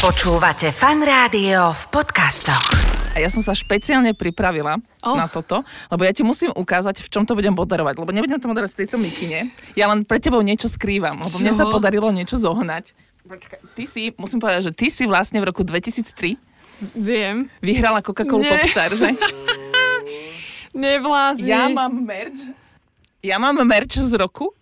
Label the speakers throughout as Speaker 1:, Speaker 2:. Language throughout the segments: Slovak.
Speaker 1: Počúvate Fan Rádio v podcastoch.
Speaker 2: A ja som sa špeciálne pripravila na toto, lebo ja ti musím ukázať, v čom to budem moderovať, lebo nebudem to moderovať v tejto mikine. Ja len pre tebou niečo skrývam, lebo mne sa podarilo niečo zohnať. Musím povedať, že ty si vlastne v roku 2003 vyhrala Coca-Colu Popstar, že?
Speaker 3: Neblázni.
Speaker 2: Ja mám merch z roku.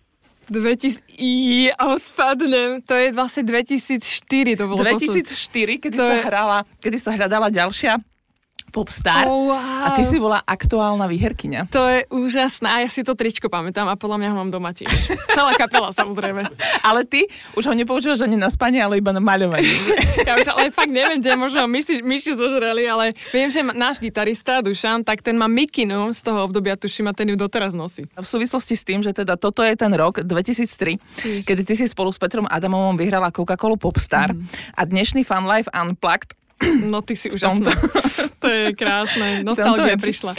Speaker 3: Odpadnem. To je vlastne 2004. To bolo
Speaker 2: 2004, kedy sa hľadala ďalšia Popstar.
Speaker 3: Oh, wow.
Speaker 2: A ty si bola aktuálna výherkyňa.
Speaker 3: To je úžasné. A ja si to tričko pamätám a podľa mňa ho mám doma tiež. Celá kapela, samozrejme.
Speaker 2: Ale ty už ho nepoužívaš ani na spanie, ale iba na maľovanie.
Speaker 3: Ja už ale fakt neviem, kde možno myši zožrali, ale viem, že náš gitarista Dušan, tak ten má mikinu z toho obdobia, tuším, a ten ju doteraz nosí.
Speaker 2: V súvislosti s tým, že teda toto je ten rok 2003, kedy ty si spolu s Petrom Adamovom vyhrala Coca-Colu Popstar a dnešný Fun Life Unplugged.
Speaker 3: No ty si úžasná. To je krásne. Nostalgia prišla.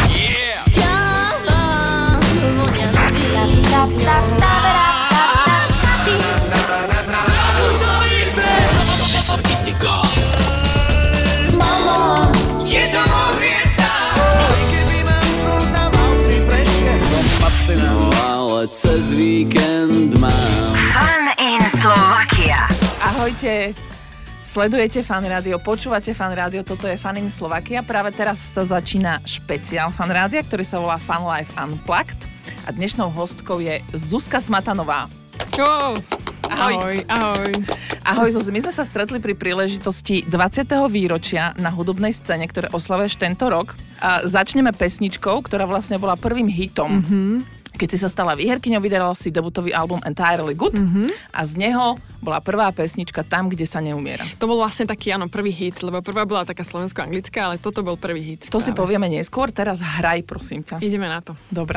Speaker 4: Mamo, je to hviezda. Keby ma som na malci prešiel, som patina. No ale cez víkend mám
Speaker 1: Fun in Slovakia.
Speaker 2: Ahojte. Sledujete Fan Rádio, počúvate Fan Rádio, toto je Fun in Slovakia. Práve teraz sa začína špeciál Fan Rádia, ktorý sa volá Fun Life Unplugged. A dnešnou hostkou je Zuzka Smatanová.
Speaker 3: Ahoj.
Speaker 2: Ahoj Zuzi, my sme sa stretli pri príležitosti 20. výročia na hudobnej scéne, ktoré oslavuješ tento rok. A začneme pesničkou, ktorá vlastne bola prvým hitom. Keď si sa stala výherkyňou, vydala si debutový album Entirely Good a z neho bola prvá pesnička Tam, kde sa neumiera.
Speaker 3: To bol vlastne taký, prvý hit, lebo prvá bola taká slovensko-anglická, ale toto bol prvý hit.
Speaker 2: To si povieme neskôr, teraz hraj, prosím ťa.
Speaker 3: Ideme na to.
Speaker 2: Dobre.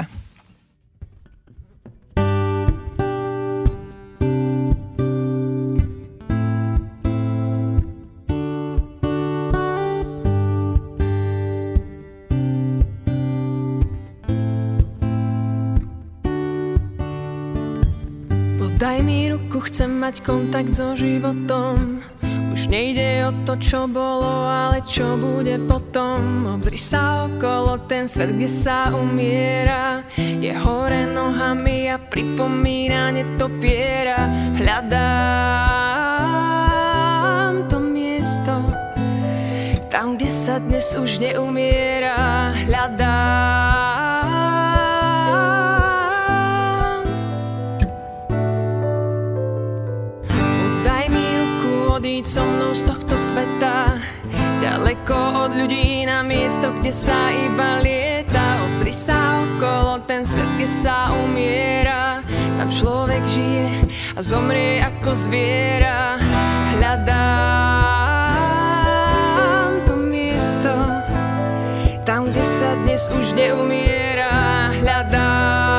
Speaker 3: Daj mi ruku, chcem mať kontakt so životom. Už nejde o to, čo bolo, ale čo bude potom. Obzri sa okolo, ten svet, kde sa umiera, je hore nohami a pripomína netopiera. Hľadám to miesto, tam, kde sa dnes už neumiera. Hľadám. So mnou z tohto sveta, ďaleko od ľudí, na miesto, kde sa iba lieta. Obzri sa okolo, ten svet, kde sa umiera, tam človek žije a zomrie ako zviera. Hľadám to miesto, tam, kde sa dnes už neumiera. Hľadám.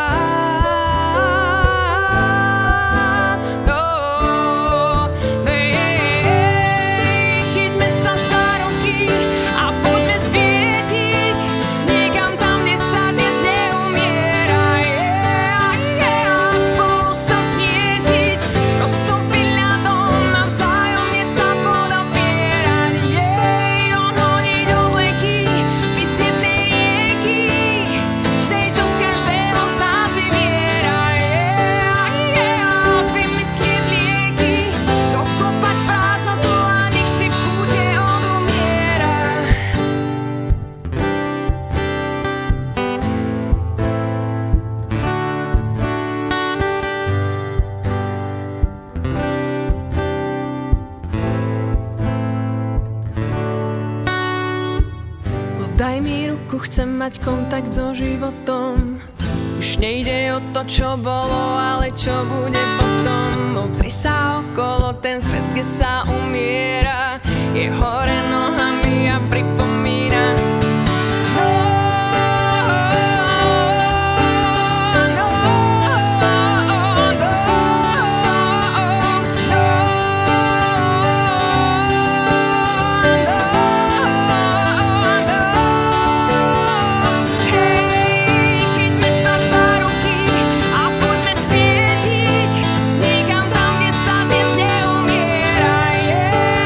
Speaker 3: Daj mi ruku, chcem mať kontakt so životom. Už nejde o to, čo bolo, ale čo bude potom. Obzri sa okolo, ten svet, kde sa umiera, je hore nohami a pripomína.
Speaker 5: Yeah.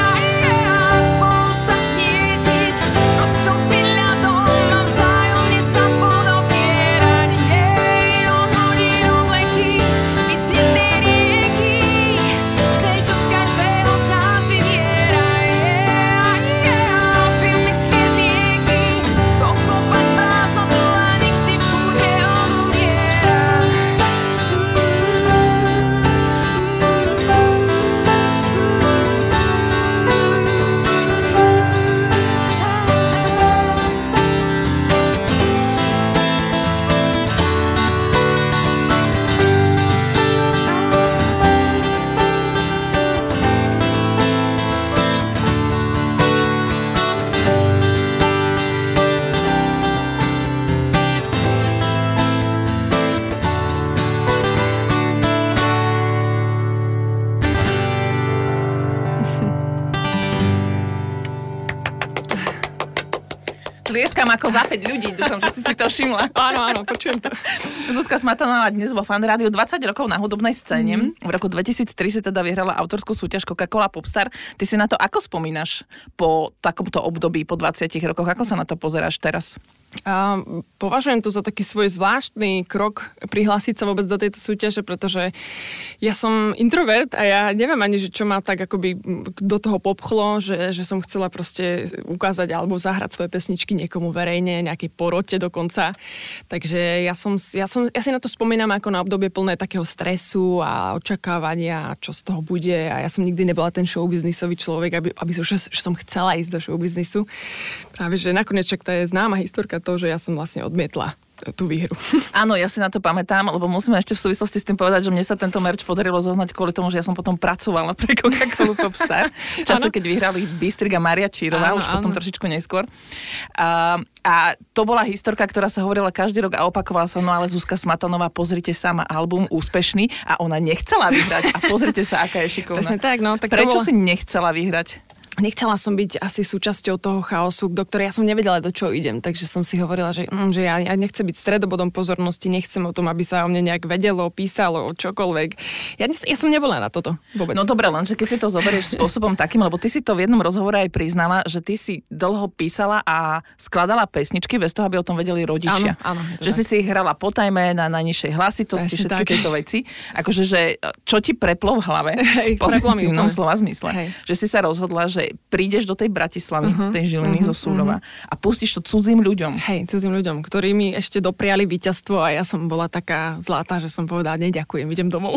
Speaker 2: Tlieskam ako za 5 ľudí, dúfam, že si to všimla.
Speaker 3: Áno, počujem to.
Speaker 2: Zuzka Smatanová dnes vo Fan Rádiu 20 rokov na hudobnej scéne. V roku 2003 si teda vyhrala autorskú súťaž Coca-Cola Popstar. Ty si na to ako spomínaš po takomto období, po 20 rokoch? Ako sa na to pozeráš teraz?
Speaker 3: Považujem to za taký svoj zvláštny krok prihlásiť sa vôbec do tejto súťaže, pretože ja som introvert a ja neviem ani, že čo ma tak akoby do toho popchlo, že som chcela proste ukázať alebo zahrať svoje pesničky niekomu verejne, nejakej porote dokonca. Takže ja si na to spomínam ako na obdobie plné takého stresu a očakávania, čo z toho bude, a ja som nikdy nebola ten showbiznisový človek, že som chcela ísť do showbiznisu. Práve, že nakoniec však to je známa historka to, že ja som vlastne odmietla tú výhru.
Speaker 2: Áno, ja si na to pamätám, lebo musíme ešte v súvislosti s tým povedať, že mne sa tento merch podarilo zohnať kvôli tomu, že ja som potom pracovala pre Coca-Colu Popstar. V čase, keď vyhrali Bystrik a Mária Čírová, už potom trošičku neskôr. A to bola historka, ktorá sa hovorila každý rok a opakovala sa, no ale Zuzka Smatanová, pozrite sa, má album úspešný a ona nechcela vyhrať. A pozrite sa, aká je šikovná.
Speaker 3: Presne tak, no. Tak
Speaker 2: prečo si nechcela vyhrať?
Speaker 3: Nechcela som byť asi súčasťou toho chaosu, do ktorej ja som nevedela, do čoho idem. Takže som si hovorila, že ja nechcem byť stredobodom pozornosti, nechcem o tom, aby sa o mne nejak vedelo, písalo, čokoľvek. Ja som nebola na toto vôbec.
Speaker 2: No dobre, lenže keď si to zoberieš spôsobom takým, lebo ty si to v jednom rozhovore aj priznala, že ty si dlho písala a skladala pesničky bez toho, aby o tom vedeli rodičia.
Speaker 3: Áno,
Speaker 2: že si ich hrala po tajme, na najnižšej hlasitosti, všetky tieto veci. Akože, že čo ti preplo v hlave, v pozitívnom slova zmysle. Že si sa rozhodla, že prídeš do tej Bratislavy, z tej Žiliny, zo Súrova a pustíš to cudzím ľuďom.
Speaker 3: Hej, cudzím ľuďom, ktorí mi ešte dopriali víťazstvo a ja som bola taká zlatá, že som povedala, neďakujem, idem domov.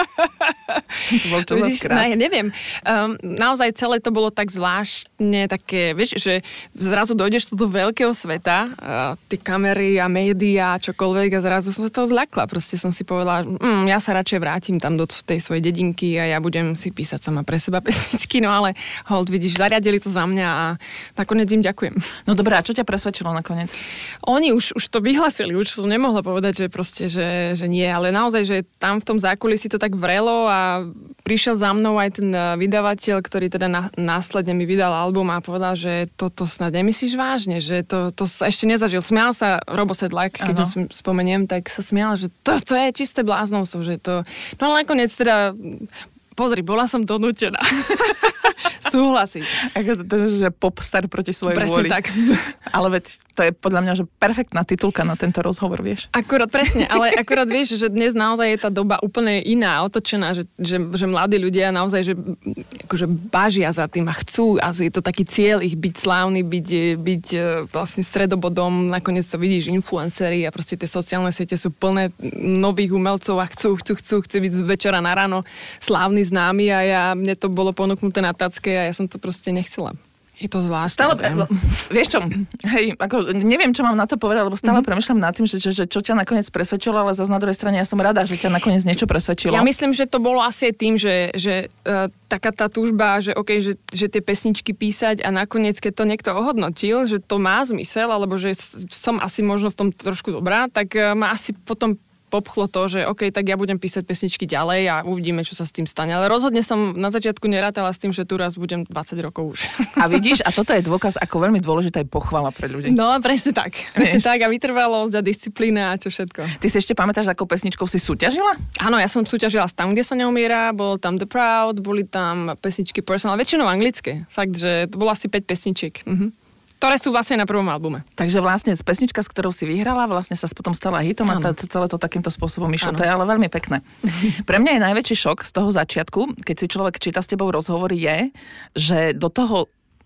Speaker 2: Vidíš,
Speaker 3: ja neviem. Naozaj celé to bolo tak zvláštne také, vieš, že zrazu dojdeš do veľkého sveta, tie kamery a médiá, čokoľvek, a zrazu som sa toho zľakla. Proste som si povedala, ja sa radšej vrátim tam do tej svojej dedinky a ja budem si písať sama pre seba pesničky, no ale hold, vidíš, zariadili to za mňa a nakoniec im ďakujem.
Speaker 2: No dobré, a čo ťa presvedčilo nakoniec?
Speaker 3: Oni už to vyhlasili, už som nemohla povedať, že proste, že nie, ale naozaj, že tam v tom zákulisí to tak vrelo a prišiel za mnou aj ten vydavateľ, ktorý teda následne mi vydal album a povedal, že toto snad nemyslíš vážne, že to sa ešte nezažil. Smial sa Robo Sedlak, keď ho spomeniem, tak sa smial, že to je čisté bláznovstvo, že to... No ale nakoniec teda, pozri, bola som donútená. Súhlasiť.
Speaker 2: Ako to, že popstar proti svojej vôli.
Speaker 3: Presne tak.
Speaker 2: Ale veď to je podľa mňa, že perfektná titulka na tento rozhovor, vieš.
Speaker 3: Akurát, presne, ale akurát vieš, že dnes naozaj je tá doba úplne iná, otočená, že mladí ľudia naozaj, že akože bážia za tým a chcú, a je to taký cieľ ich byť slávny, byť vlastne stredobodom, nakoniec to vidíš, influenceri a proste tie sociálne siete sú plné nových umelcov a chcú byť z večera na ráno slávny, známy a mne to bolo ponúknuté na tacke a ja som to proste nechcela. Je to zvláštne.
Speaker 2: Vieš čo, hej, ako, neviem, čo mám na to povedať, lebo stále premýšľam nad tým, že čo ťa nakoniec presvedčilo, ale zase na druhej strane ja som rada, že ťa nakoniec niečo presvedčilo.
Speaker 3: Ja myslím, že to bolo asi aj tým, že taká tá túžba, že okej, že tie pesničky písať a nakoniec, keď to niekto ohodnotil, že to má zmysel, alebo že som asi možno v tom trošku dobrá, tak ma asi potom popchlo to, že OK, tak ja budem písať pesničky ďalej a uvidíme, čo sa s tým stane. Ale rozhodne som na začiatku nerátala s tým, že tu raz budem 20 rokov už.
Speaker 2: A vidíš, a toto je dôkaz, ako veľmi dôležitá je pochvala pre ľudí.
Speaker 3: No, presne tak. Presne tak, a vytrvalosť a disciplína a čo všetko.
Speaker 2: Ty si ešte pamätáš, akou pesničkou si súťažila?
Speaker 3: Áno, ja som súťažila s Tam, kde sa neumiera, bol tam The Proud, boli tam pesničky Personal, väčšinou anglické. Fakt, že to bolo asi 5 pesničiek. Ktoré sú vlastne na prvom albume.
Speaker 2: Takže vlastne pesnička, s ktorou si vyhrala, vlastne sa potom stala hitom a celé to takýmto spôsobom išlo. To je ale veľmi pekné. Pre mňa je najväčší šok z toho začiatku, keď si človek číta s tebou rozhovory, je, že do toho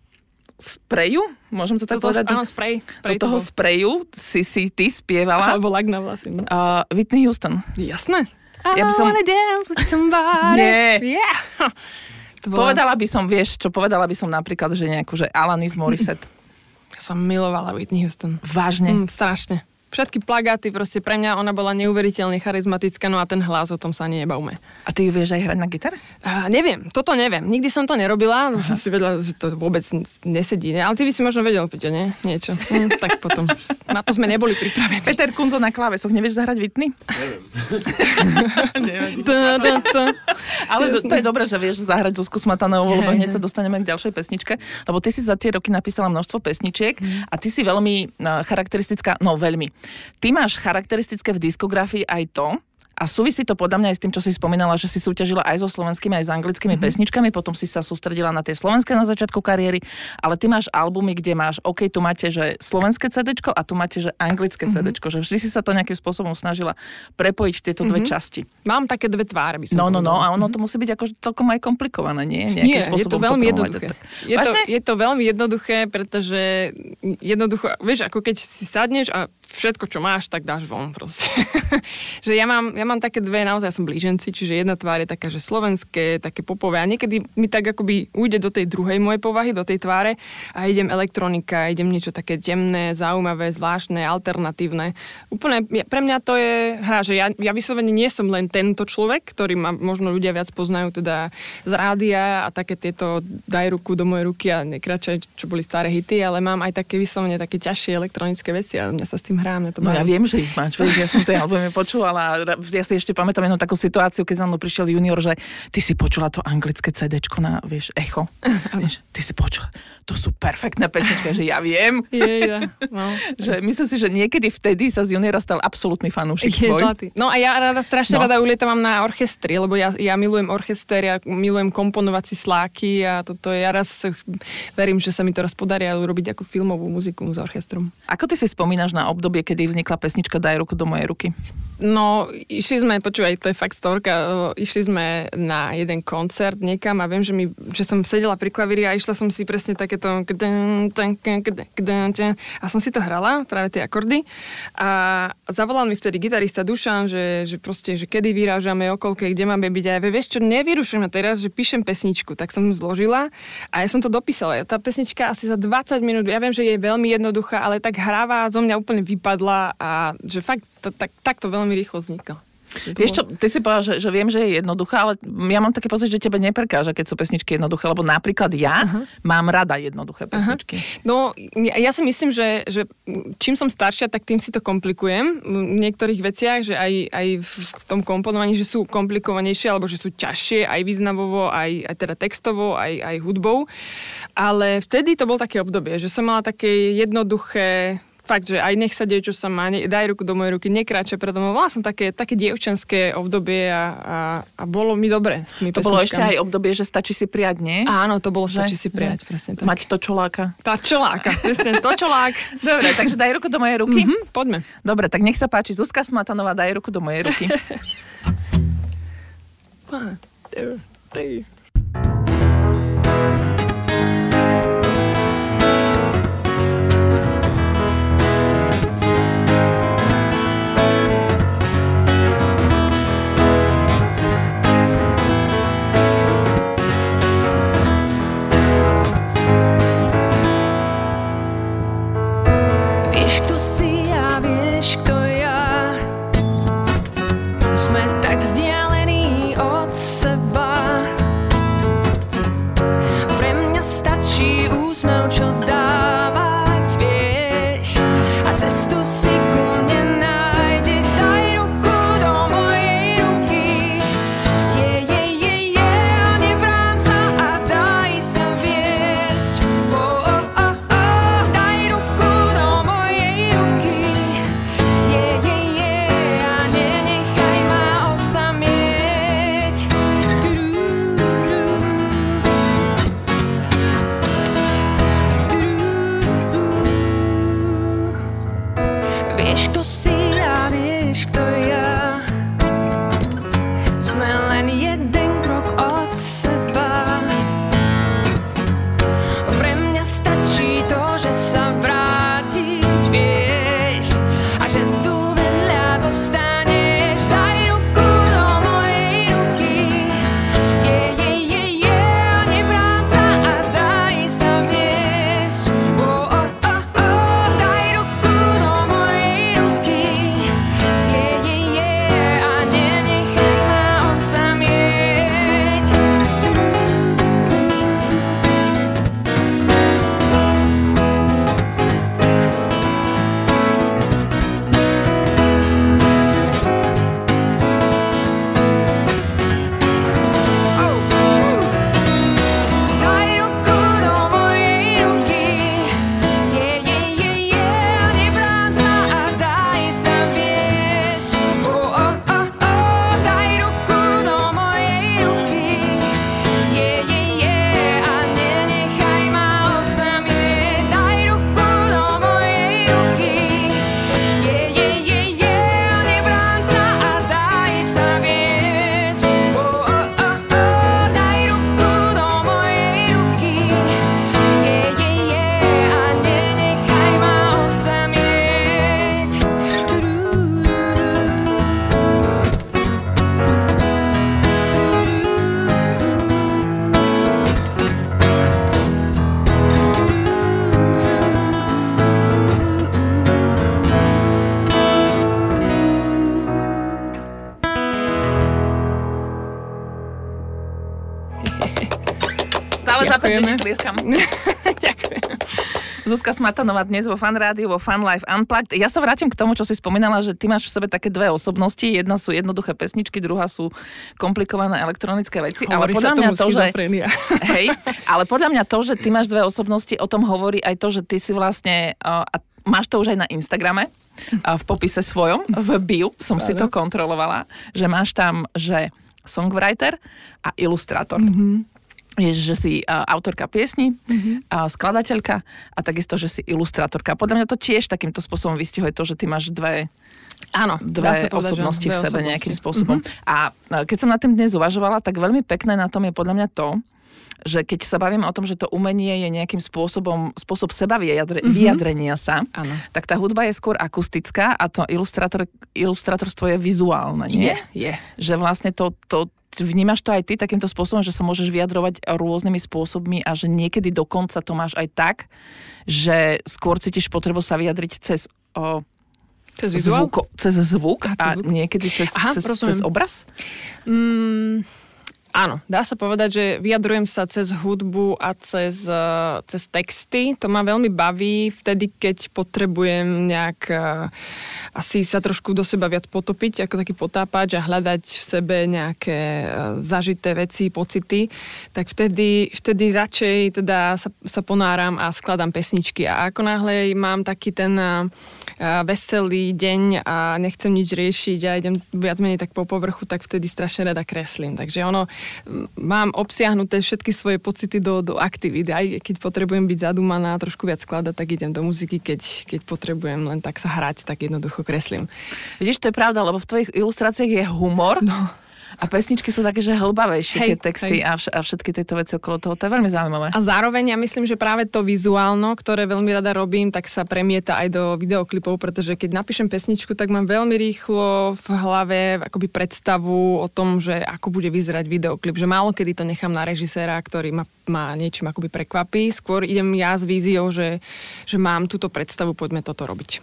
Speaker 2: spreju, môžem to tak povedať?
Speaker 3: Áno, sprej.
Speaker 2: Do toho spreju si ty spievala.
Speaker 3: Alebo lak na vlasy. No.
Speaker 2: Whitney Houston.
Speaker 3: Jasné.
Speaker 2: Ja by som...
Speaker 3: I wanna dance with somebody.
Speaker 2: Nie.
Speaker 3: Yeah.
Speaker 2: Povedala by som, vieš čo, povedala by som napríklad, že nejakú, že Alanis Morissette.
Speaker 3: Ja som milovala Whitney Houston.
Speaker 2: Vážne?
Speaker 3: Strašne. Všetky plagáty, proste pre mňa ona bola neuveriteľne charizmatická, no a ten hlas, o tom sa ani nebavme.
Speaker 2: A ty ju vieš aj hrať na gitare?
Speaker 3: Neviem, toto neviem. Nikdy som to nerobila, som si vedela, že to vôbec nesedí. Ale ty by si možno vedel, Peťo, nie? Niečo. Tak potom. Na to sme neboli pripravení.
Speaker 2: Peter Kunzo na klávesoch, nevieš zahrať Whitney?
Speaker 5: Neviem.
Speaker 2: Ale to je dobré, že vieš zahrať Zuzku Smatanovú, lebo hneď sa dostaneme k ďalšej pesničke, lebo ty si za tie roky napísala množstvo pesničiek a ty si veľmi charakteristická, no veľmi. Ty máš charakteristické v diskografii aj to, a súvisí to podľa mňa aj s tým, čo si spomínala, že si súťažila aj so slovenskými, aj s anglickými pesničkami, potom si sa sústredila na tie slovenské na začiatku kariéry, ale ty máš albumy, kde máš, OK, tu máte, že slovenské CDčko a tu máte, že anglické CDčko, že vždy si sa to nejakým spôsobom snažila prepojiť tieto dve časti.
Speaker 3: Mám také dve tváre, by som
Speaker 2: No, a ono to musí byť akože celkom aj komplikované, nie?
Speaker 3: Nie, je to veľmi jednoduché. Je to veľmi jednoduché, pretože jednoducho, vieš, ako keď si sadneš a všetko, čo máš, tak dáš von proste. Že ja mám také dve, naozaj som blíženci, čiže jedna tvár je taká, že slovenské, také popové a niekedy mi tak akoby ujde do tej druhej mojej povahy, do tej tváre a idem elektronika, idem niečo také temné, zaujímavé, zvláštne, alternatívne. Úplne, pre mňa to je hra, že ja vyslovene nie som len tento človek, ktorý ma možno ľudia viac poznajú teda z rádia a také tieto daj ruku do mojej ruky a nekračaj, čo boli staré hity, ale mám aj také vyslovene také ťažšie elektronické veci a mňa sa s tým hrám.
Speaker 2: No ja viem, že ich máš, ja som tie albumy počúvala, ja si ešte pamätám jednu takú situáciu, keď za mnou prišiel junior, že ty si počula to anglické CDčko na, vieš, Echo. Vieš, ty si počula, to sú perfektné pesničky, že ja viem.
Speaker 3: No.
Speaker 2: Že myslím si, že niekedy vtedy sa z juniora stal absolútny fanúšik tvoj.
Speaker 3: Zlatý. No a ja strašne rada ulietam na orchestri, lebo ja milujem orchester, ja milujem komponovať si sláky a toto ja raz verím, že sa mi to raz podarí urobiť ako filmovú muziku s orchestrom.
Speaker 2: Ako ty si spomínaš na obdobie, kedy vznikla pesnička Daj ruku do mojej ruky?
Speaker 3: No, išli sme, počúvaj, to je fakt storka, išli sme na jeden koncert niekam a viem, že som sedela pri klavíri a išla som si presne takéto a som si to hrala, práve tie akordy a zavolal mi vtedy gitarista Dušan, že proste, že kedy vyrážame, okolke, kde máme byť a ja vieš čo, nevyrušujem teraz, že píšem pesničku, tak som ju zložila a ja som to dopísala. Tá pesnička asi za 20 minút, ja viem, že je veľmi jednoduchá, ale tak hráva zo mňa úplne vypadla a že fakt tak to veľmi rýchlo vzniklo.
Speaker 2: Vieš čo, ty si povedal, že viem, že je jednoduchá, ale ja mám taký pocit, že tebe neprekáža, keď sú pesničky jednoduché, lebo napríklad ja mám rada jednoduché pesničky.
Speaker 3: No, ja si myslím, že čím som staršia, tak tým si to komplikujem v niektorých veciach, že aj v tom komponovaní, že sú komplikovanejšie, alebo že sú ťažšie, aj význavovo, aj teda textovo, aj hudbou. Ale vtedy to bol také obdobie, že som mala také jednoduché fakt, že aj nech sa deje, čo sa má, daj ruku do mojej ruky, nekráča predo mnou. Mala som také dievčenské obdobie a bolo mi dobre s tými pesničkami.
Speaker 2: To bolo ešte aj obdobie, že stačí si prijať, nie?
Speaker 3: Áno, to bolo stačí si prijať, presne tak.
Speaker 2: Mať to čoláka.
Speaker 3: Tá čoláka, presne, to čolák.
Speaker 2: Dobre, takže daj ruku do mojej ruky.
Speaker 3: Poďme.
Speaker 2: Dobre, tak nech sa páči, Zuzka Smatanová, daj ruku do mojej ruky.
Speaker 3: 1, 2, 3.
Speaker 6: Sme tak vzdialení od seba. Pre mňa stačí úsmev, čo dávať, vieš. A cestu si ku mne nájdeš. Daj ruku do mojej ruky. A nebráň sa a daj sa viesť. Daj ruku do mojej ruky. A nenechaj ma osamieť.
Speaker 3: Ďakujeme.
Speaker 2: Ďakujem. Zuzka Smatanová dnes vo Fan Rádiu, vo Fan Life Unplugged. Ja sa vrátim k tomu, čo si spomínala, že ty máš v sebe také dve osobnosti. Jedna sú jednoduché pesničky, druhá sú komplikované elektronické veci.
Speaker 3: Hovorí
Speaker 2: ale podľa mňa to, že hej, ale podľa mňa to, že ty máš dve osobnosti, o tom hovorí aj to, že ty si vlastne a máš to už aj na Instagrame, v popise svojom, v bio som si to kontrolovala, že máš tam, že songwriter a ilustrátor. Že si autorka piesni, skladateľka a takisto, že si ilustrátorka. Podľa mňa to tiež takýmto spôsobom vystihuje to, že ty máš dve osobnosti v sebe nejakým spôsobom. A keď som nad tým dnes uvažovala, tak veľmi pekné na tom je podľa mňa to, že keď sa bavíme o tom, že to umenie je nejakým spôsob vyjadrenia sa, tak tá hudba je skôr akustická a to ilustrátorstvo je vizuálne, nie?
Speaker 3: Je.
Speaker 2: Že vlastne to vnímaš to aj ty takýmto spôsobom, že sa môžeš vyjadrovať rôznymi spôsobmi a že niekedy dokonca to máš aj tak, že skôr cítiš potrebu sa vyjadriť cez zvuk a niekedy cez obraz?
Speaker 3: Áno, dá sa povedať, že vyjadrujem sa cez hudbu a cez texty. To ma veľmi baví vtedy, keď potrebujem nejak asi sa trošku do seba viac potopiť, ako taký potápač a hľadať v sebe nejaké zažité veci, pocity. Tak vtedy radšej teda sa ponáram a skladám pesničky. A ako náhle mám taký ten veselý deň a nechcem nič riešiť a idem viac menej tak po povrchu, tak vtedy strašne rada kreslím. Takže mám obsiahnuté všetky svoje pocity do aktivít. Aj keď potrebujem byť zadúmaná, trošku viac skladať, tak idem do muziky. Keď potrebujem len tak sa hrať, tak jednoducho kreslím.
Speaker 2: Vidíš, to je pravda, lebo v tvojich ilustráciách je humor. A pesničky sú také, že hlbavejšie tie texty a všetky tieto veci okolo toho. To je veľmi zaujímavé.
Speaker 3: A zároveň ja myslím, že práve to vizuálno, ktoré veľmi rada robím, tak sa premieta aj do videoklipov, pretože keď napíšem pesničku, tak mám veľmi rýchlo v hlave akoby predstavu o tom, že ako bude vyzerať videoklip. Že málo kedy to nechám na režiséra, ktorý ma niečím akoby prekvapí. Skôr idem ja s víziou, že mám túto predstavu, poďme toto robiť.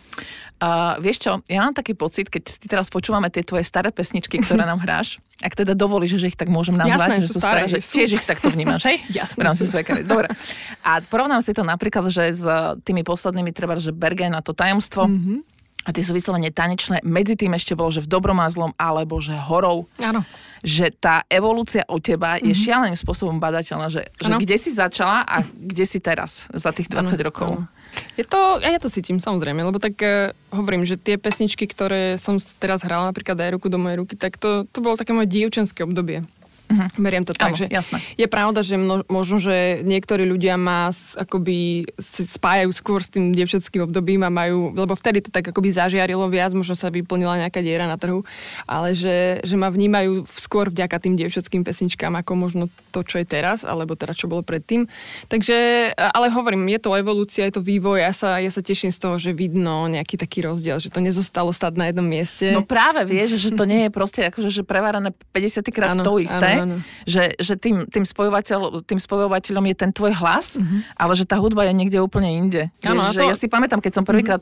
Speaker 2: Vieš čo, ja mám taký pocit, keď si teraz počúvame tie tvoje staré pesničky, ktoré nám hráš, ak teda dovolíš, že ich tak môžem nazvať,
Speaker 3: jasné,
Speaker 2: že sú staré, že tiež ich takto vnímaš, hej?
Speaker 3: Jasné.
Speaker 2: Dobre. A porovnám si to napríklad, že s tými poslednými, treba, že Bergen a to tajomstvo, a tie sú vyslovene tanečné, medzi tým ešte bolo, že v dobrom a zlom, alebo že horou.
Speaker 3: Áno.
Speaker 2: Že tá evolúcia od teba je šialeným spôsobom badateľná, že kde si začala a kde si teraz za tých 20 rokov.
Speaker 3: Ja to cítim, samozrejme, lebo tak hovorím, že tie pesničky, ktoré som teraz hrala, napríklad Daj ruku do mojej ruky, tak to bolo také moje dievčenské obdobie. Beriem to tak, že
Speaker 2: jasné.
Speaker 3: Je pravda, že možno, že niektorí ľudia ma akoby spájajú skôr s tým dievčatským obdobím a majú, lebo vtedy to tak akoby zažiarilo viac, možno sa vyplnila nejaká diera na trhu, ale že ma vnímajú skôr vďaka tým dievčatským pesničkám ako možno to, čo je teraz, alebo teda čo bolo predtým. Takže, ale hovorím, je to evolúcia, je to vývoj, ja sa teším z toho, že vidno nejaký taký rozdiel, že to nezostalo stať na jednom mieste.
Speaker 2: No práve vieš, že to nie je proste akože že prevárané 50 krát to isté. Áno. Že tým spojovateľom je ten tvoj hlas, ale že tá hudba je niekde úplne inde.
Speaker 3: Áno,
Speaker 2: ja si pamätám, keď som prvýkrát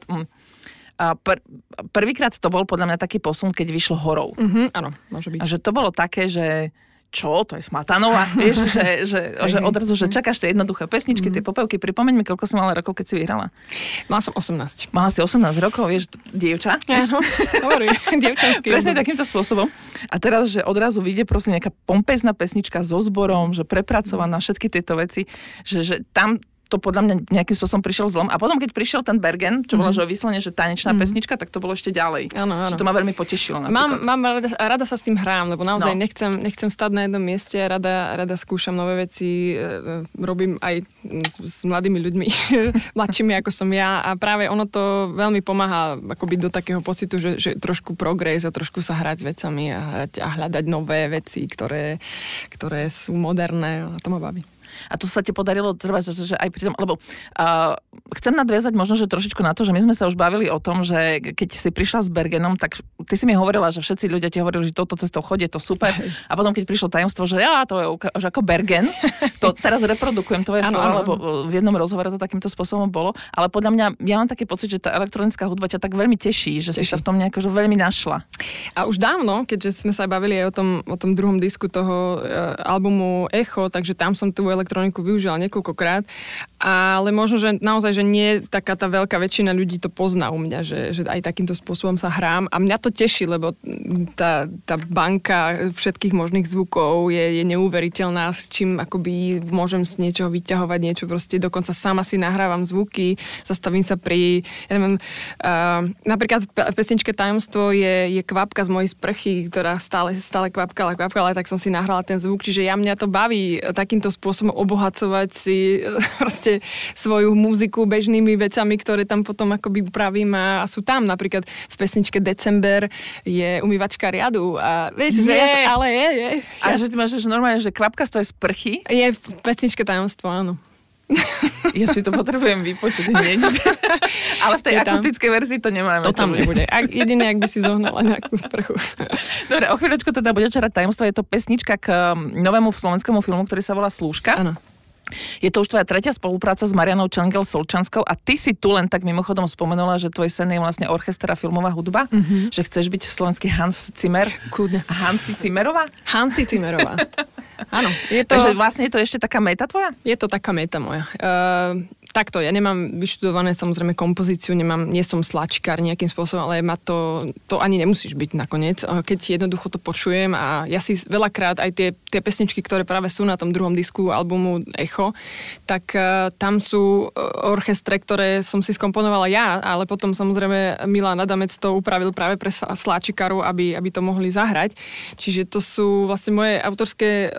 Speaker 2: prvýkrát to bol podľa mňa taký posun, keď vyšlo Horou.
Speaker 3: Áno, môže byť.
Speaker 2: A že to bolo také, že čo, to je Smatanová, vieš, že odrazu, že čakáš tie jednoduché pesničky, tie popevky. Pripomeň mi, koľko som mala rokov, keď si vyhrala.
Speaker 3: Mala som 18.
Speaker 2: Mala si 18 rokov, vieš, dievča.
Speaker 3: Áno, hovorím, dievčanský.
Speaker 2: Presne takýmto spôsobom. A teraz, že odrazu vyjde proste nejaká pompezná pesnička so zborom, že prepracovaná, všetky tieto veci, že tam to podľa mňa nejakým spôsobom prišiel zlom. A potom, keď prišiel ten Bergen, čo bola že vyslovene, že tanečná pesnička, tak to bolo ešte ďalej.
Speaker 3: Áno.
Speaker 2: Že to ma veľmi potešilo. Napríklad.
Speaker 3: Mám rada sa s tým hrám, lebo naozaj nechcem stať na jednom mieste, rada skúšam nové veci, robím aj s mladými ľuďmi, mladšími ako som ja a práve ono to veľmi pomáha akoby do takého pocitu, že trošku progres a trošku sa hrať s vecami a hľadať nové veci, ktoré sú moderné a to ma baví.
Speaker 2: A to sa ti podarilo, treba, že aj pri tom, lebo chcem nadviazať možno, že trošičku na to, že my sme sa už bavili o tom, že keď si prišla s Bergenom, tak ty si mi hovorila, že všetci ľudia ti hovorili, že touto cestou chodí, je to super. A potom, keď prišlo tajomstvo, že to je už ako Bergen, to teraz reprodukujem tvoje slova, lebo v jednom rozhovore to takýmto spôsobom bolo, ale podľa mňa, ja mám taký pocit, že tá elektronická hudba ťa tak veľmi teší, že si sa v tom nejako že veľmi našla.
Speaker 3: A už dávno, keďže sme sa bavili aj o tom druhom disku toho albumu Echo, takže tam som tú elektroniku využila niekoľkokrát, ale možno, že naozaj, že nie taká tá veľká väčšina ľudí to pozná u mňa, že aj takýmto spôsobom sa hrám a mňa to teší, lebo tá banka všetkých možných zvukov je neuveriteľná, s čím akoby môžem z niečoho vyťahovať niečo, proste dokonca sama si nahrávam zvuky, zastavím sa pri, ja neviem, napríklad v pesničke Tajomstvo je kvapka z mojej sprchy, ktorá stále kvapkala, tak som si nahrala ten zvuk, čiže mňa to baví takýmto spôsobom obohacovať si proste svoju muziku bežnými vecami, ktoré tam potom akoby upravím a sú tam. Napríklad v pesničke December je umývačka riadu a vieš, že ale je.
Speaker 2: A že ty máš že normálne, že kvapka z tvojej sprchy?
Speaker 3: Je v pesničke Tajomstvo, áno.
Speaker 2: Ja si to potrebujem vypočuť hneď. Ale v tej akustickej verzii to nemáme.
Speaker 3: To tam nebude. Jediné, ak by si zohnala nejakú sprchu.
Speaker 2: Dobre, o chvíľočku teda bude čarať Tajomstvo. Je to pesnička k novému slovenskému filmu, ktorý sa volá Slúžka.
Speaker 3: Áno.
Speaker 2: Je to už tvoja tretia spolupráca s Marianou Čangel-Solčanskou a ty si tu len tak mimochodom spomenula, že tvoj sen je vlastne orchester a filmová hudba, že chceš byť slovenský Hans Zimmer.
Speaker 3: Kľudne.
Speaker 2: Hansi Zimmerová?
Speaker 3: Hansi Zimmerová. Áno.
Speaker 2: Takže vlastne je to ešte taká meta tvoja?
Speaker 3: Je to taká meta moja. Takto, ja nemám vyštudované samozrejme kompozíciu, nie som slačkár nejakým spôsobom, ale to ani nemusíš byť nakoniec. Keď jednoducho to počujem a ja si veľakrát aj tie pesničky, ktoré práve sú na tom druhom disku albumu Echo, tak tam sú orchestre, ktoré som si skomponovala ja, ale potom samozrejme Milan Adamec to upravil práve pre sláčikárov, aby to mohli zahrať. Čiže to sú vlastne moje autorské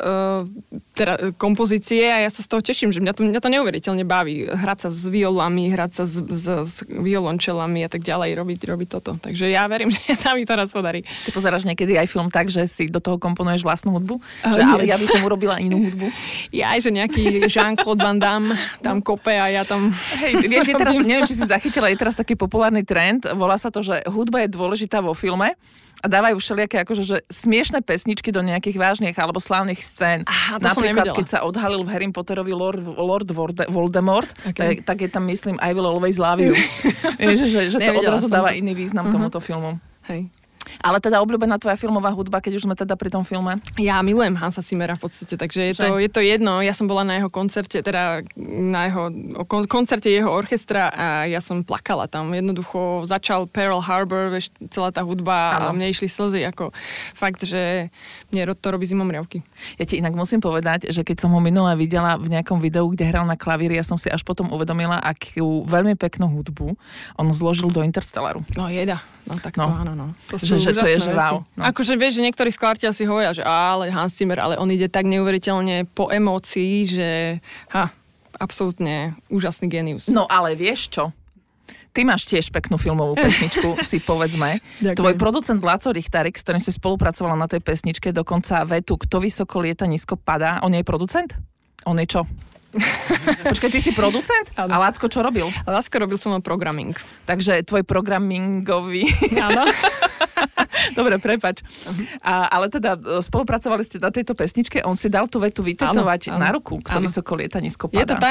Speaker 3: kompozície a ja sa z toho teším, že mňa to neuveriteľne baví. Hrať sa s violami, hrať sa s violončelami a tak ďalej, robiť toto. Takže ja verím, že sa mi to raz podarí.
Speaker 2: Ty pozeráš niekedy aj film tak, že si do toho komponuješ vlastnú hudbu? Ale ja by som urobila inú hudbu.
Speaker 3: Ja aj, že nejaký Jean-Claude Van Damme tam kope a ja tam...
Speaker 2: Hej, vieš, je teraz, neviem, či si zachytila, je teraz taký populárny trend, volá sa to, že hudba je dôležitá vo filme a dávajú všelijaké akože, že smiešné pesničky do nejakých vážnych alebo slávnych scén. Napríklad, keď sa odhalil v Harry Potterovi Lord Voldemort, okay. tak je tam, myslím, I Will Always Love You. Vieš, že to odrazu dáva iný význam tomuto filmu.
Speaker 3: Hej.
Speaker 2: Ale teda obľúbená tvoja filmová hudba, keď už sme teda pri tom filme?
Speaker 3: Ja milujem Hansa Zimmera v podstate, takže je to jedno. Ja som bola na jeho koncerte, teda na jeho koncerte jeho orchestra a ja som plakala tam. Jednoducho začal Pearl Harbor, vieš, celá tá hudba a mne išli slzy, ako fakt, že mne to robí zimomriavky.
Speaker 2: Ja ti inak musím povedať, že keď som ho minule videla v nejakom videu, kde hral na klavíri, ja som si až potom uvedomila, akú veľmi peknú hudbu on zložil do Interstellaru.
Speaker 3: No jeda, no tak to áno. To sú
Speaker 2: že to je, že wow.
Speaker 3: No. Akože vieš, že niektorí skladatelia si hovoria, že ale Hans Zimmer, ale on ide tak neuveriteľne po emócii, že absolútne úžasný génius.
Speaker 2: No ale vieš čo? Ty máš tiež peknú filmovú pesničku, si povedzme.
Speaker 3: Ďakujem.
Speaker 2: Tvoj producent Láco Richtarik, s ktorým si spolupracovala na tej pesničke, dokonca vetu Kto vysoko lieta, nízko padá. On je producent? On je čo? Počkaj, ty si producent? A Lácko čo robil?
Speaker 3: Lácko robil som programming.
Speaker 2: Takže tvoj programmingový...
Speaker 3: Áno.
Speaker 2: Dobre, prepáč. Ale teda spolupracovali ste na tejto pesničke, on si dal tú vetu vytetovať na ruku, Kto vysoko lieta, nízko padá.
Speaker 3: Je to tak,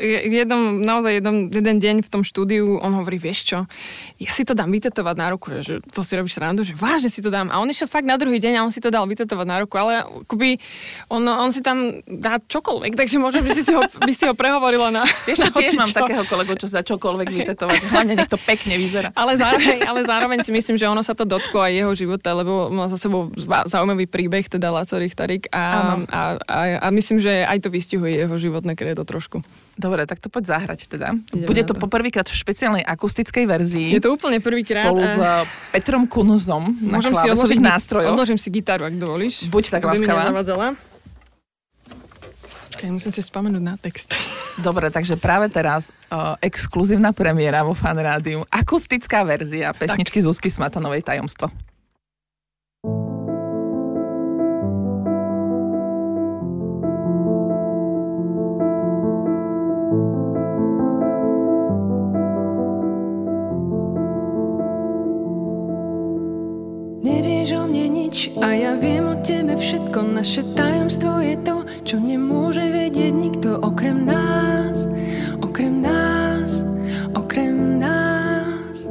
Speaker 3: jeden deň v tom štúdiu on hovorí, vieš čo, ja si to dám vytetovať na ruku, že to si robíš srandu, že vážne si to dám. A on išiel fakt na druhý deň a on si to dal vytetovať na ruku, ale akoby on si tam dá čokoľvek, takže možno by si ho prehovorila na...
Speaker 2: Vieš čo, tiež mám takého kolegu, čo sa dá čokoľvek vytetovať, hlavne nech to pekne vyzerá.
Speaker 3: Ale zároveň si myslím, že ono sa to dotklo aj jeho života, lebo má za sebou zaujímavý príbeh, teda Láco Richtarik a myslím, že aj to vystihuje jeho životné kredo trošku.
Speaker 2: Dobre, tak to poď zahrať teda. Bude to poprvýkrát v špeciálnej akustickej verzii.
Speaker 3: Je to úplne prvýkrát.
Speaker 2: Spolu s Petrom Kunuzom na klávesových nástrojoch.
Speaker 3: Odložím si gitaru, ak dovolíš.
Speaker 2: Buď tak láskavá.
Speaker 3: Počkaj, musím si spomenúť na text.
Speaker 2: Dobre, takže práve teraz exkluzívna premiéra vo Fan Rádiu. Akustická verzia pesničky Zuzky Smatanovej Tajomstvo.
Speaker 6: Nevieš o mne nič a ja viem o tebe všetko. Naše tajomstvo je to, čo nemôže vedieť nikto okrem nás, okrem nás, okrem nás.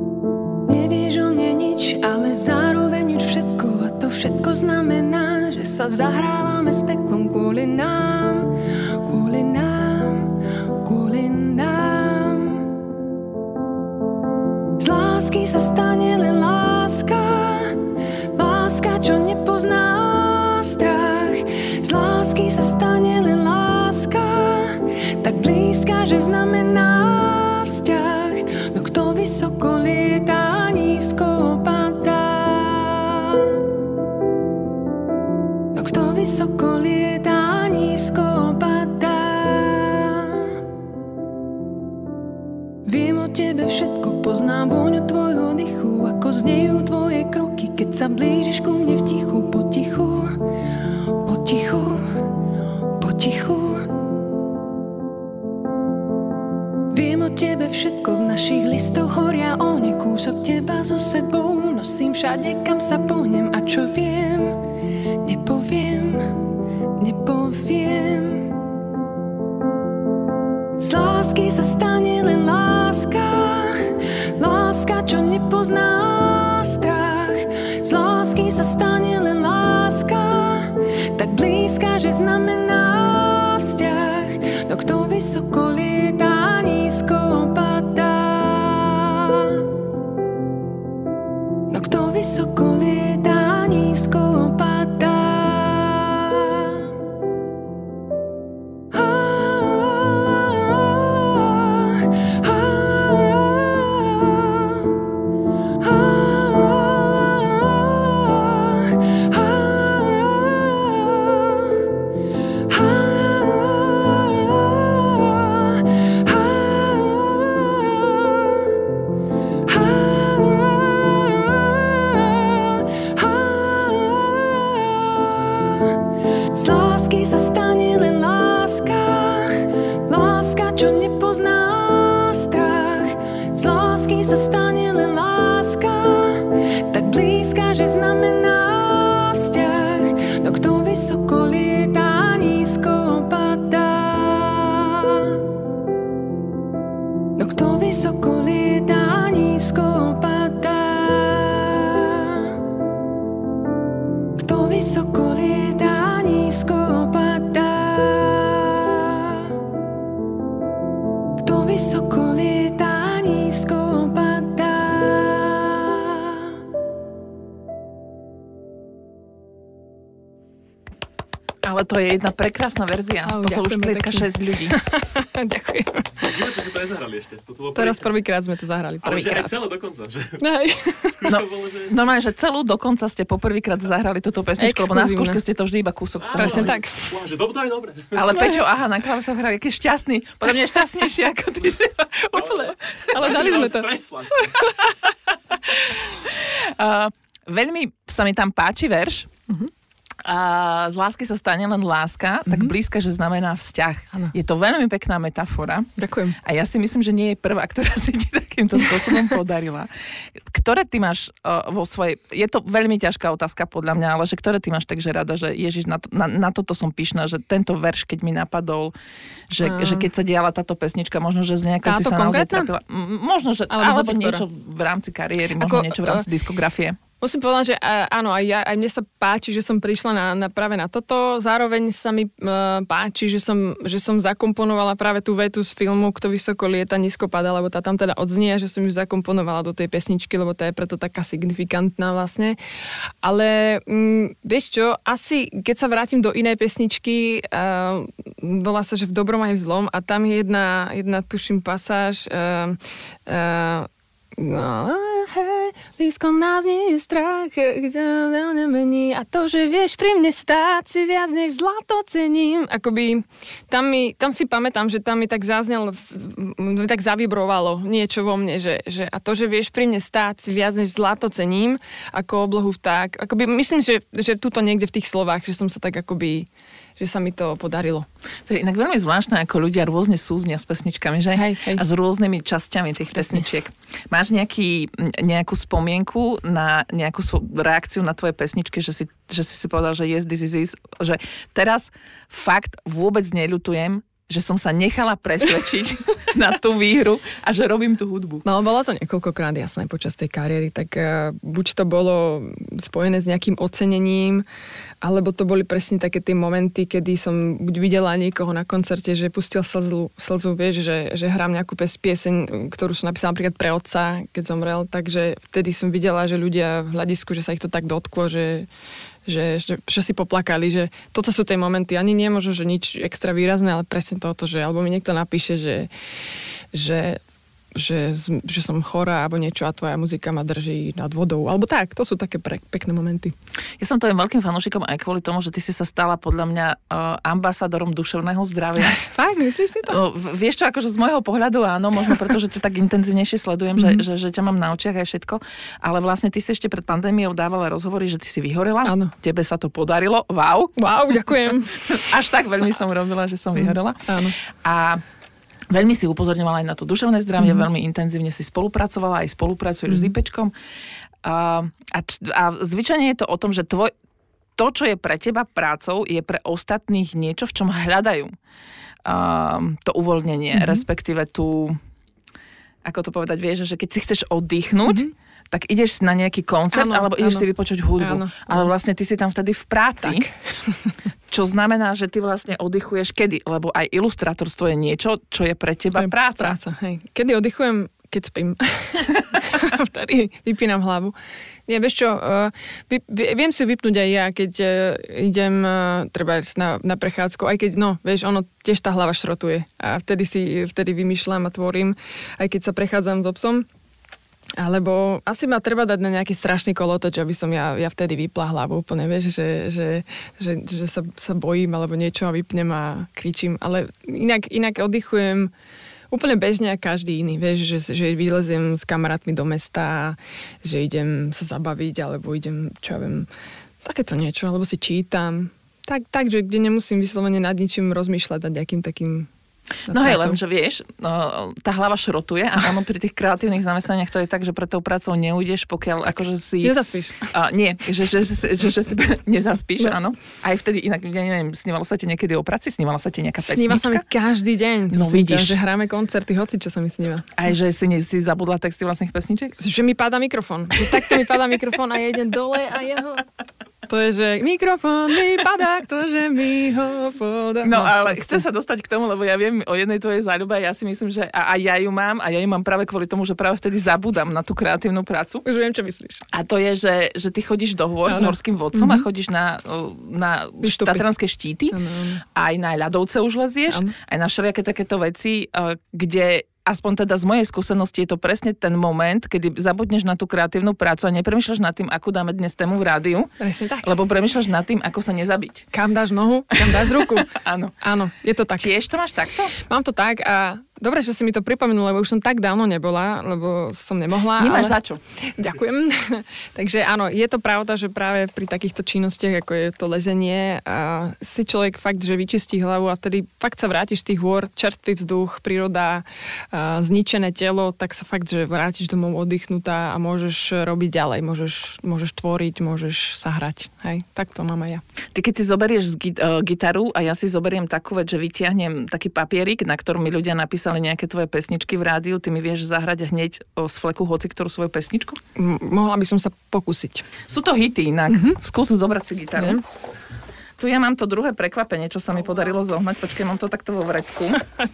Speaker 6: Nevieš o mne nič, ale zároveň už všetko a to všetko znamená, že
Speaker 3: sa zahrávame s peklom kvôli nám, kvôli nám, kvôli nám. Z lásky sa stane len láska, láska, čo nepozná strach. Z lásky sa stane len láska, tak blízka, že znamená vzťah. No kto vysoko lietá, nízko padá. No kto vysoko lietá, nízko padá. Viem o tebe všetko, poznám vôňu tvojho dychu, ako znejú tvoje kroky, keď sa blížiš ku mne v tichu, potichu, potichu, potichu. Viem o tebe všetko, v našich listoch horia ohne, kúsok teba so sebou nosím všade, kam sa pohnem. A čo viem, nepoviem, nepoviem. Z lásky sa stane len láska, láska, čo nepozná strach. Z lásky sa stane len láska, tak blízka, že znamená vzťah. No kto vysoko lietá, nízko padá. No kto vysoko lietá, nízko padá. Z lásky sa stane len láska, láska, čo nepozná strach. Z lásky sa stane len láska, tak blízka, že znamená vzťah. No kto vysoko lietá, nízko padá. No kto vysoko lietá, nízko padá. Kto vysoko lietá, nízko padá. Kto vysoko lietá, nízko padá.
Speaker 2: Ale to je jedna prekrásna verzia. Toto už pleska 6 ľudí.
Speaker 5: Ďakujem.
Speaker 7: Sme to nezahrali ešte.
Speaker 5: Teraz prvýkrát sme to zahrali.
Speaker 7: Ale že aj celé dokonca. Že...
Speaker 2: No, normálne, že celú dokonca ste poprvýkrát zahrali túto pesničku, lebo na skúške ste to vždy iba kúsok stali.
Speaker 5: Presne tak.
Speaker 7: Že to je dobre.
Speaker 2: Ale Peťo, aha, na klavesoch hrali, aký šťastný. Podľa mňa šťastnejší ako ty.
Speaker 5: Úplne. Ale dali sme to.
Speaker 2: Veľmi sa mi tam páči verš. A z lásky sa stane len láska, tak blízka, že znamená vzťah.
Speaker 5: Ano.
Speaker 2: Je to veľmi pekná metafora.
Speaker 5: Ďakujem.
Speaker 2: A ja si myslím, že nie je prvá, ktorá si ti takýmto spôsobom podarila. Ktoré ty máš vo svojej... Je to veľmi ťažká otázka podľa mňa, ale že ktoré ty máš takže rada, že Ježiš, na toto som pyšná, že tento verš, keď mi napadol, že keď sa diala táto pesnička, možno, že z nejakou si sa naozaj trapila. Možno, že alebo niečo v rámci kariéry, možno niečo v rámci diskografie.
Speaker 5: Musím povedať, že áno, aj mne sa páči, že som prišla práve na toto. Zároveň sa mi páči, že som zakomponovala práve tú vetu z filmu Kto vysoko lieta, nízko padá, lebo tá tam teda odznie, že som ju zakomponovala do tej pesničky, lebo tá je preto taká signifikantná vlastne. Ale vieš čo, asi keď sa vrátim do inej pesničky, volá sa, že v dobrom aj v zlom, a tam je jedna tuším pasáž, blízko nás nie je strach, nemení, a to, že vieš pri mne stáť, si viac než zlato cením. Akoby tam si pamätám, že tam mi tak zaznelo, tak zavibrovalo niečo vo mne, že a to, že vieš pri mne stáť, si viac než zlato cením, ako oblohu vták. Akoby myslím, že tuto niekde v tých slovách, že som sa tak akoby, že sa mi to podarilo.
Speaker 2: To je inak veľmi zvláštne, ako ľudia rôzne súznia s pesničkami, že?
Speaker 5: Hej.
Speaker 2: A s rôznymi časťami tých pesničiek. Máš nejakú spomienku na nejakú reakciu na tvoje pesničky, že si povedal, že yes, this is, že teraz fakt vôbec neľutujem, že som sa nechala presvedčiť na tú výhru a že robím tú hudbu.
Speaker 5: No, bolo to niekoľkokrát jasné počas tej kariéry, tak buď to bolo spojené s nejakým ocenením, alebo to boli presne také tie momenty, kedy som buď videla niekoho na koncerte, že pustil slzu, vieš, že hrám nejakú pieseň, ktorú som napísala napríklad pre otca, keď zomrel, takže vtedy som videla, že ľudia v hľadisku, že sa ich to tak dotklo, že si poplakali, že toto sú tie momenty, ani nie možno, že nič extra výrazné, ale presne toto, že alebo mi niekto napíše, že som chorá alebo niečo a tvoja muzika ma drží nad vodou. Alebo tak, to sú také pekné momenty.
Speaker 2: Ja som tvojim veľkým fanúšikom aj kvôli tomu, že ty si sa stala podľa mňa ambasadorom duševného zdravia.
Speaker 5: Fakt, myslíš si to?
Speaker 2: Vieš čo, akože z môjho pohľadu áno, možno preto, že to tak intenzívnejšie sledujem, že ťa mám na očiach aj všetko, ale vlastne ty si ešte pred pandémiou dávala rozhovory, že ty si vyhorela.
Speaker 5: Áno.
Speaker 2: Tebe sa to podarilo. Wow,
Speaker 5: ďakujem.
Speaker 2: Až tak veľmi som robila, že som vyhorela.
Speaker 5: Áno.
Speaker 2: A veľmi si upozorňovala aj na to duševné zdravie, veľmi intenzívne si spolupracovala, aj spolupracuješ s IPčkom. A zvyčajne je to o tom, že to, čo je pre teba prácou, je pre ostatných niečo, v čom hľadajú to uvoľnenie, respektíve tú, ako to povedať, vieš, že keď si chceš oddychnúť, tak ideš na nejaký koncert, alebo ideš si vypočuť hudbu. Ale vlastne ty si tam vtedy v práci. Tak. Čo znamená, že ty vlastne oddychuješ kedy? Lebo aj ilustrátorstvo je niečo, čo je pre teba práca.
Speaker 5: Hej. Kedy oddychujem? Keď spím. Vtedy vypínam hlavu. Nie, vieš čo, viem si vypnúť aj ja, keď idem treba na prechádzku, aj keď, vieš, ono tiež tá hlava šrotuje. A vtedy vymýšľam a tvorím, aj keď sa prechádzam s obsom. Alebo asi ma treba dať na nejaký strašný kolotoč, aby som ja vtedy vypla hlavu úplne, vieš, že sa bojím alebo niečo a vypnem a kričím. Ale inak oddychujem úplne bežne a každý iný, vieš, že vyleziem s kamarátmi do mesta, že idem sa zabaviť, alebo idem, čo ja viem, takéto niečo, alebo si čítam. Takže kde nemusím vyslovene nad ničím rozmýšľať nad nejakým takým.
Speaker 2: No hej, len, že vieš, tá hlava šrotuje a ono pri tých kreatívnych zamestnaniach to je tak, že pre tou prácou neujdeš, pokiaľ akože si...
Speaker 5: Nezaspíš.
Speaker 2: Nie, že si nezaspíš, áno. Aj vtedy, inak, neviem, snívalo sa ti niekedy o práci? Snívala sa ti nejaká pesnička?
Speaker 5: Sníva sa mi každý deň.
Speaker 2: No vidíš.
Speaker 5: Že hráme koncerty, hoci čo sa mi sníva.
Speaker 2: Aj že si zabudla texty vlastných pesničiek?
Speaker 5: Že mi padá mikrofón. Že takto mi padá mikrofón a ja idem dole a jeho... To je, že mikrofón mi padá, ktože mi ho podá.
Speaker 2: No ale chcem sa dostať k tomu, lebo ja viem o jednej tvojej záľube a ja si myslím, že a ja ju mám práve kvôli tomu, že práve vtedy zabudám na tú kreatívnu prácu.
Speaker 5: Už viem, čo myslíš.
Speaker 2: A to je, že ty chodíš do hôr s horským vodcom a chodíš na tatranské štíty, aj na ľadovce už lezieš, aj na všelijaké takéto veci, kde aspoň teda z mojej skúsenosti je to presne ten moment, kedy zabudneš na tú kreatívnu prácu a nepremýšľaš nad tým, akú dáme dnes tému v rádiu.
Speaker 5: Presne tak.
Speaker 2: Lebo premýšľaš nad tým, ako sa nezabiť.
Speaker 5: Kam dáš nohu, kam dáš ruku.
Speaker 2: Áno.
Speaker 5: Áno, je to tak.
Speaker 2: Tiež to máš takto?
Speaker 5: Mám to tak a dobre, že si mi to pripomenul, lebo už som tak dávno nebola, lebo som nemohla.
Speaker 2: Nemáš za čo.
Speaker 5: Ďakujem. Takže áno, je to pravda, že práve pri takýchto činnostiach, ako je to lezenie, si človek fakt, že vyčistí hlavu a vtedy fakt sa vrátiš z tých hôr, čerstvý vzduch, príroda, zničené telo, tak sa fakt, že vrátiš domov oddychnutá a môžeš robiť ďalej, môžeš tvoriť, môžeš sa hrať. Hej, tak to mám aj ja.
Speaker 2: Ty keď si zoberieš gitaru a ja si zoberiem takú vec, že vytiahnem taký papierik, na ktorom mi ľudia napísali nejaké tvoje pesničky v rádiu, ty mi vieš zahrať hneď z fleku hoci ktorú svoju pesničku?
Speaker 5: Mohla by som sa pokúsiť.
Speaker 2: Sú to hity inak. Skús zobrať si gitaru. Tu ja mám to druhé prekvapenie, čo sa mi podarilo zohnať. Počkaj, mám to takto vo vrecku.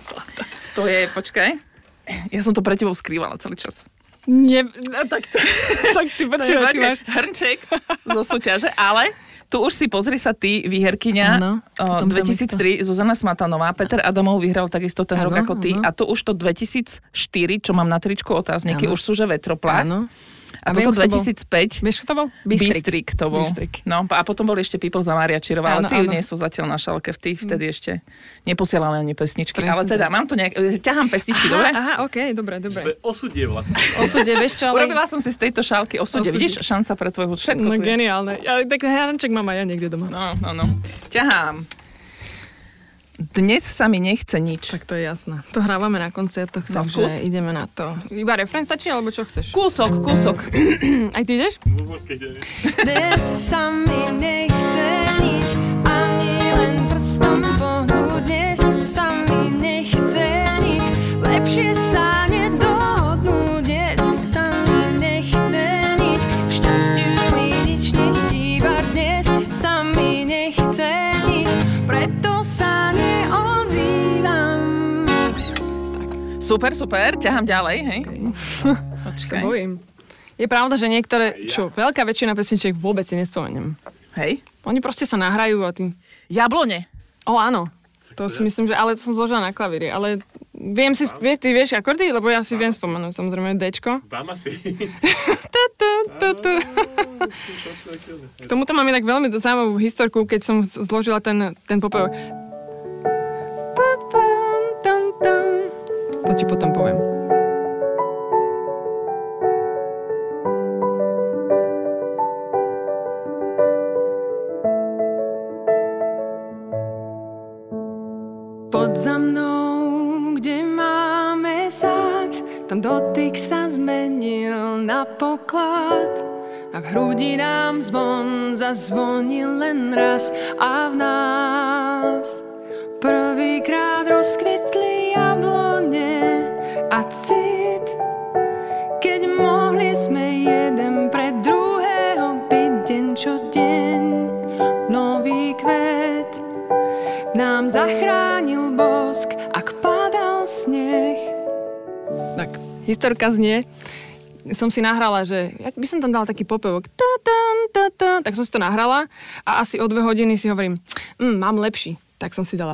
Speaker 2: To je, počkaj. Ja som to pre tebou skrývala celý čas.
Speaker 5: Nie, tak ty počúvaj, ty máš
Speaker 2: hrnček zo súťaže, ale tu už si pozri sa ty, výherkyňa 2003, Zuzana Smatanová, Peter Adamov vyhral takisto ten rok ako ty a tu už to 2004, čo mám na tričku otázniky, už sú že Vetroplát. A toto 2005.
Speaker 5: Vieš, kto to bol?
Speaker 2: Bystrik to bol. No, a potom boli ešte People za Mária Čirová, ale tí nie sú zatiaľ na šalke, vtedy ešte neposielali ani pesničky. Presne ale teda, mám to ťahám pesničky, dobre?
Speaker 5: Aha, okej, dobre.
Speaker 7: To je osudie vlastne.
Speaker 5: Osudie, vieš čo, ale...
Speaker 2: Urobila som si z tejto šálky osudie. Vidíš, šanca pre tvojho všetko.
Speaker 5: No geniálne. Tak hrnček mám aj ja niekde doma.
Speaker 2: No. Ťahám. Dnes sa mi nechce nič.
Speaker 5: Tak to je jasné. To hrávame na koncertoch, takže ideme na to. Iba refrén stačí, alebo čo chceš?
Speaker 2: Kúsok.
Speaker 5: Aj ty ideš?
Speaker 3: Dnes sa mi nechce nič, ani len prstom pohnúť. Dnes sa mi nechce nič, lepšie sa nedohodnúť dnes. Sa mi nechce nič, k šťastiu mi nič nechýba dnes. Sa mi nechce nič, preto sa neozývam.
Speaker 2: Super, ťahám ďalej, hej?
Speaker 5: Okay. Sa bojím. Je pravda, že niektoré, veľká väčšina pesničiek vôbec si nespomeniem.
Speaker 2: Hej?
Speaker 5: Oni proste sa nahrajú a tým...
Speaker 2: Jablone.
Speaker 5: Áno. To si myslím, že... Ale to som zložila na klavíri. Ale viem si... Ty vieš akordy? Lebo ja si viem spomenúť. Samozrejme Dčko.
Speaker 7: Vám asi.
Speaker 5: K tomuto mám inak veľmi zaujímavú historku, keď som zložila ten popev. To ti potom poviem.
Speaker 3: Pod za mnou, kde máme sád, tam dotyk sa zmenil na poklad. A v hrudi nám zvon zazvonil len raz a v nás prvýkrát rozkvetli jablone a cit. Keď mohli sme jeden pre druhého byť deň čo deň, nový kvet nám zachránil bosk, ak padal sneh.
Speaker 5: Tak, historka znie, som si nahrala, že jak by som tam dala taký popevok, tak som si to nahrala a asi o 2 hodiny si hovorím, mám lepší. Tak som si dala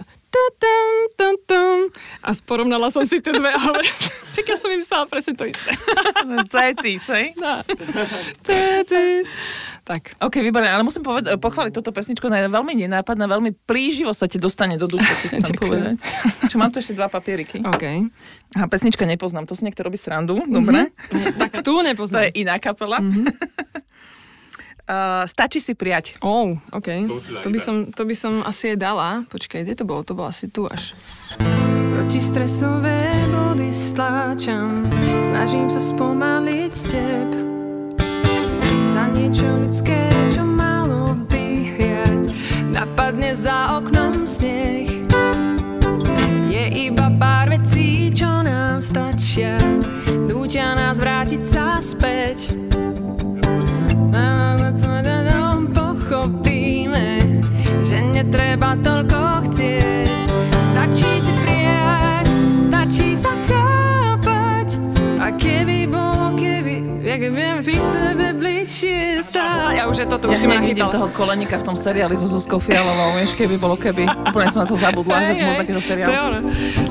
Speaker 5: a porovnala som si tie dve a hovorím, čak ja som im myslela presne to isté.
Speaker 2: Cécis, hej?
Speaker 5: No. Cécis. Tak.
Speaker 2: OK, výborné, ale musím pochváliť túto pesničku, ona je veľmi nenápadná, veľmi plíživo sa ti dostane do duše, ti chcem povedať. Čo mám tu ešte 2 papieriky.
Speaker 5: OK.
Speaker 2: A pesnička nepoznám, to si niekto robí srandu, dobre?
Speaker 5: Tak tu nepoznám.
Speaker 2: To je iná kapela. Stačí si prijať.
Speaker 5: OK. To by som asi aj dala. Počkaj, kde to bolo? To bolo asi tu až.
Speaker 3: Protistresové body stláčam, snažím sa spomaliť tep. Za niečo ľudské, čo malo vyhriať, napadne za oknom sneh. Je iba pár vecí, čo nám stačia, nútia nás vrátiť sa späť. Pochopíme, že netreba toľko chcieť. Stačí si prijať, stačí sa chápať. A keby bolo keby, jak viem pri sebe bližšie stáť. Ja už je toto, už si ma nachytala.
Speaker 2: toho Koleníka v tom seriáli so Zuzkou Fialovou, vieš, keby bolo keby. Úplne som na to zabudla, že bol takýto seriál.
Speaker 5: To je ono.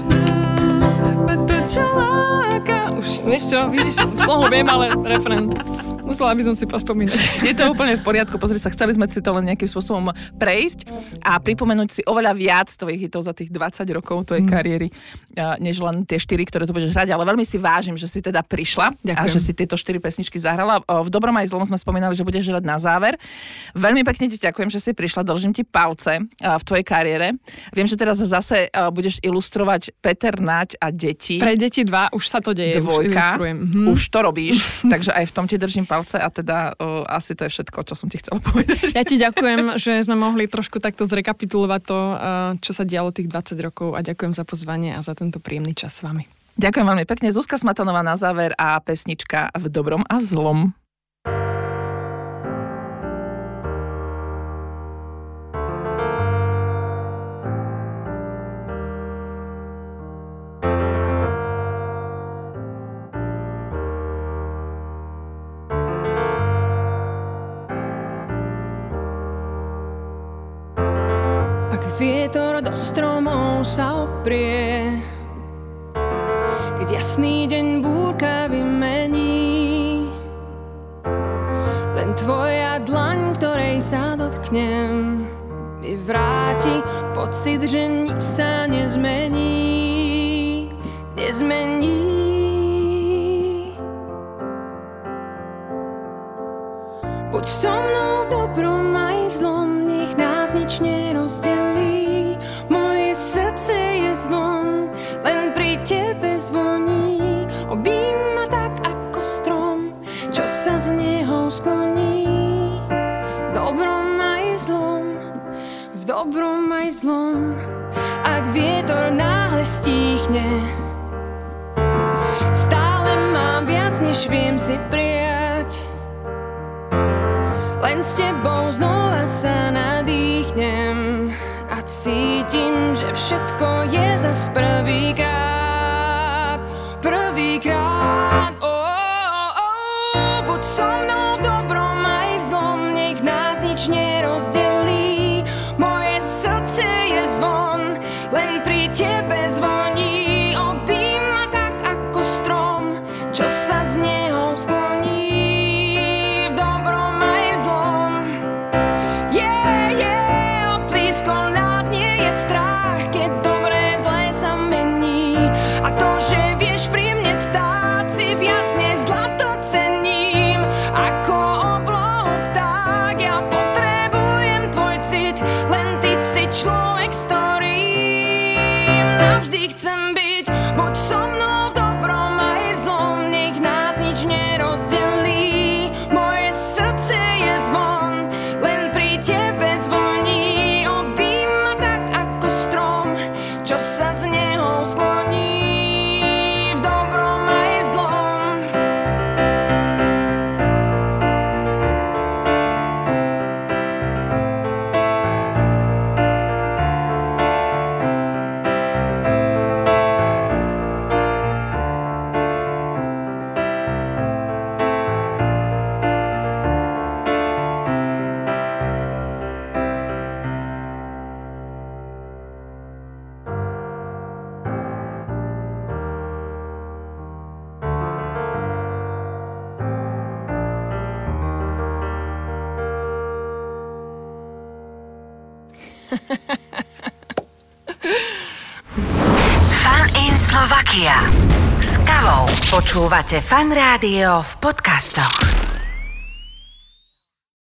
Speaker 5: To čo láka. Už, vieš čo, vidíš, slohu viem, ale refrén. Musela by som si pospomínať.
Speaker 2: Je to úplne v poriadku, pozri sa, chceli sme si to len nejakým spôsobom prejsť a pripomenúť si oveľa viac tvojich hitov za tých 20 rokov tvojej kariéry, než len tie 4, ktoré tu budeš hrať, ale veľmi si vážim, že si teda prišla. Ďakujem. A že si tieto 4 pesničky zahrala. V dobrom aj zlom sme spomínali, že budeš hrať na záver. Veľmi pekne ti ďakujem, že si prišla, držím ti palce v tvojej kariére. Viem, že teraz zase budeš ilustrovať Peter, Naď a deti.
Speaker 5: Pre deti 2 už sa to deje,
Speaker 2: 2,
Speaker 5: už ilustrujem.
Speaker 2: Už to robíš, takže aj v tom ti držím palce a teda asi to je všetko, čo som ti chcela povedať.
Speaker 5: Ja ti ďakujem, že sme mohli trošku takto zrekapitulovať to, čo sa dialo tých 20 rokov a ďakujem za pozvanie a za tento príjemný čas s vami.
Speaker 2: Ďakujem veľmi pekne. Zuzka Smatanová na záver a pesnička V dobrom a zlom.
Speaker 3: Vietor do stromov sa oprie, keď jasný deň búrka vymení. Len tvoja dlaň, ktorej sa dotknem, mi vráti pocit, že nič sa nezmení. Nezmení. Buď so mnou v dobrom aj v zlom, nech nás nič nerozdelí. Moje srdce je zvon, len pri tebe zvoní. Obím ma tak ako strom, čo sa z neho skloní. V dobrom aj v zlom, v dobrom aj v zlom. Ak vietor náhodou len s tebou znova sa nadýchnem a cítim, že všetko je zas prvýkrát. Buď so mnou v dobrom aj v zlom, nech nás nič nerozdelí. Moje srdce je zvon, len pri tebe zvoní. Obím ma tak ako strom, čo sa z neho skloní. V dobrom aj v zlom. Blízko nás nie je strach, keď dobré zlé sa mení. A to, že vieš pri mne stáť, si viac než zlato cením. Ako oblohu vták, ja potrebujem tvoj cit, len ty si človek, s ktorým navždy chcem byť. Buď so mnou v dobrom aj v zlom, nech nás nič nerozdelí. Moje srdce je zvon, len pri tebe zvoní. Obím ma tak ako strom, čo sa z neho skloní. V dobrom aj v zlom.
Speaker 1: Fun in Slovakia. S Kavou. Počúvate Fan Rádio v podcastoch.